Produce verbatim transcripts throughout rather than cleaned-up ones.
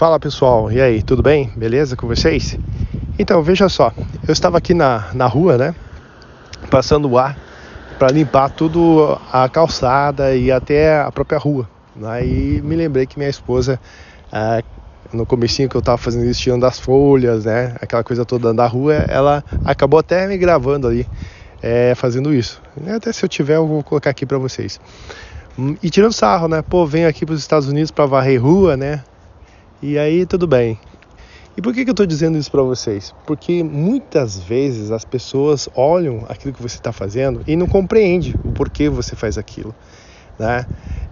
Fala pessoal, e aí, tudo bem? Beleza com vocês? Então, veja só, eu estava aqui na, na rua, né, passando o ar para limpar tudo a calçada e até a própria rua. Aí me lembrei que minha esposa, ah, no comecinho que eu estava fazendo isso, tirando as folhas, né, aquela coisa toda da rua, ela acabou até me gravando ali, é, fazendo isso. Até se eu tiver, eu vou colocar aqui para vocês. E tirando sarro, né, pô, venho aqui para os Estados Unidos para varrer rua, né, e aí tudo bem. E por que, que eu estou dizendo isso para vocês? Porque muitas vezes as pessoas olham aquilo que você está fazendo e não compreendem o porquê você faz aquilo, né?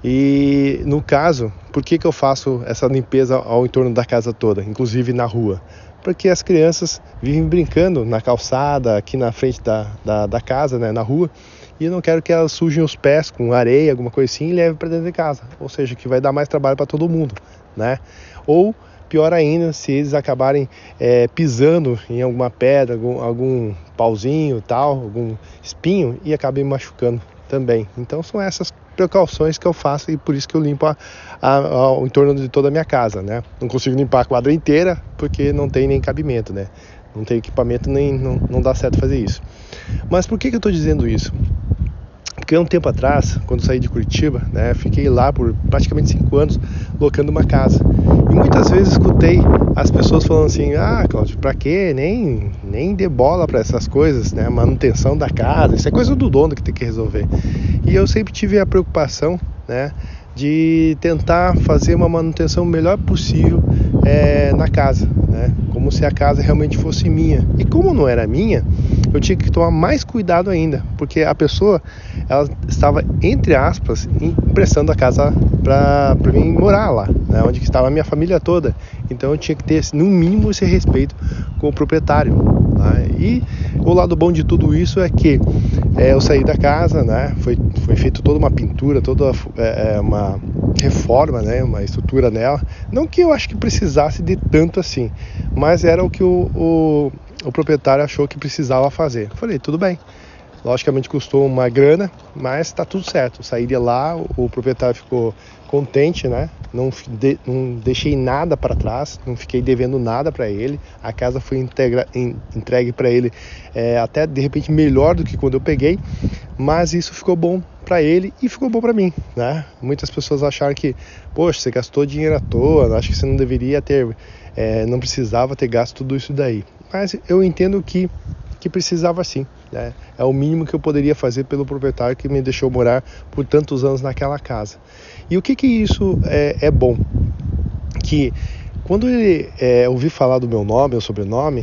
E no caso, por que, que eu faço essa limpeza ao entorno da casa toda, inclusive na rua? Porque as crianças vivem brincando na calçada, aqui na frente da, da, da casa, né, na rua, e eu não quero que elas sujem os pés com areia, alguma coisa assim, e levem para dentro de casa. Ou seja, que vai dar mais trabalho para todo mundo, né? Ou pior ainda, se eles acabarem é, pisando em alguma pedra, algum, algum pauzinho, tal, algum espinho, e acabem machucando também. Então são essas precauções que eu faço e por isso que eu limpo a, a, a, o entorno de toda a minha casa, né? Não consigo limpar a quadra inteira porque não tem nem cabimento, né? Não tem equipamento, nem não, não dá certo fazer isso. Mas por que, que eu estou dizendo isso? Porque um tempo atrás, quando saí de Curitiba, né, fiquei lá por praticamente cinco anos locando uma casa. E muitas vezes escutei as pessoas falando assim: ah, Cláudio, pra quê? Nem, nem dê bola para essas coisas, né? Manutenção da casa, isso é coisa do dono que tem que resolver. E eu sempre tive a preocupação, né, de tentar fazer uma manutenção melhor possível é, na casa, né? Como se a casa realmente fosse minha. E como não era minha, eu tinha que tomar mais cuidado ainda, porque a pessoa, ela estava, entre aspas, emprestando a casa para mim morar lá, né, onde estava a minha família toda. Então eu tinha que ter, no mínimo, esse respeito com o proprietário, né? E o lado bom de tudo isso é que é, eu saí da casa, né, foi, foi feita toda uma pintura, toda é, uma reforma, né, uma estrutura nela. Não que eu acho que precisasse de tanto assim, mas era o que o, o o proprietário achou que precisava fazer. Eu falei, tudo bem. Logicamente custou uma grana, mas tá tudo certo. Eu saí de lá, o proprietário ficou contente, né? Não, de, não deixei nada para trás, não fiquei devendo nada para ele. A casa foi integra, in, entregue para ele é, até de repente melhor do que quando eu peguei, mas isso ficou bom para ele e ficou bom para mim, né? Muitas pessoas acharam que, poxa, você gastou dinheiro à toa, acho que você não deveria ter, é, não precisava ter gasto tudo isso daí. Mas eu entendo que, que precisava sim, né? É o mínimo que eu poderia fazer pelo proprietário que me deixou morar por tantos anos naquela casa. E o que que isso é, é bom? Que quando ele é, ouvir falar do meu nome, meu sobrenome,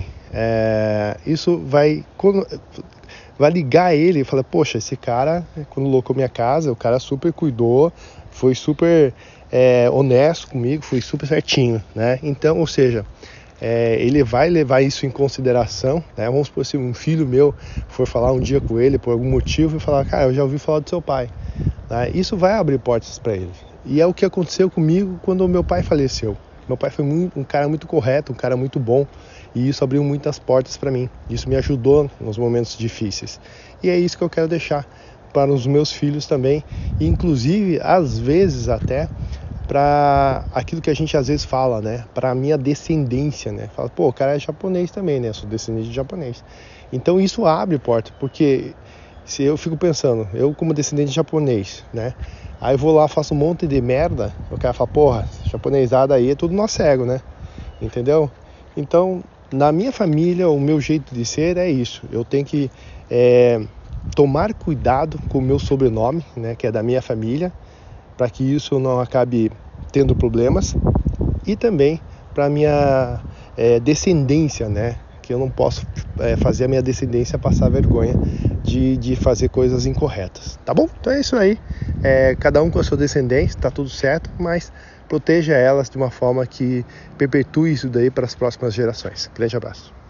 é, isso vai, quando, vai ligar ele e falar, poxa, esse cara, quando locou minha casa, o cara super cuidou, foi super é, honesto comigo, foi super certinho, né? Então, ou seja, É, ele vai levar isso em consideração, né? Vamos supor, se um filho meu for falar um dia com ele por algum motivo e falar, cara, eu já ouvi falar do seu pai, né? Isso vai abrir portas para ele. E é o que aconteceu comigo quando o meu pai faleceu. Meu pai foi muito, um cara muito correto, um cara muito bom, e isso abriu muitas portas para mim. Isso me ajudou nos momentos difíceis. E é isso que eu quero deixar para os meus filhos também, e inclusive, às vezes até, para aquilo que a gente às vezes fala, né? Para a minha descendência, né? Fala, pô, o cara é japonês também, né? Eu sou descendente de japonês. Então isso abre porta, porque se eu fico pensando, eu como descendente de japonês, né? Aí eu vou lá, faço um monte de merda, o cara fala, porra, japonesada aí é tudo nó cego, né? Entendeu? Então, na minha família, o meu jeito de ser é isso. Eu tenho que é, tomar cuidado com o meu sobrenome, né? Que é da minha família, para que isso não acabe tendo problemas, e também para a minha é, descendência, né? Que eu não posso é, fazer a minha descendência passar vergonha de, de fazer coisas incorretas, tá bom? Então é isso aí, é, cada um com a sua descendência, tá tudo certo, mas proteja elas de uma forma que perpetue isso daí para as próximas gerações. Grande abraço.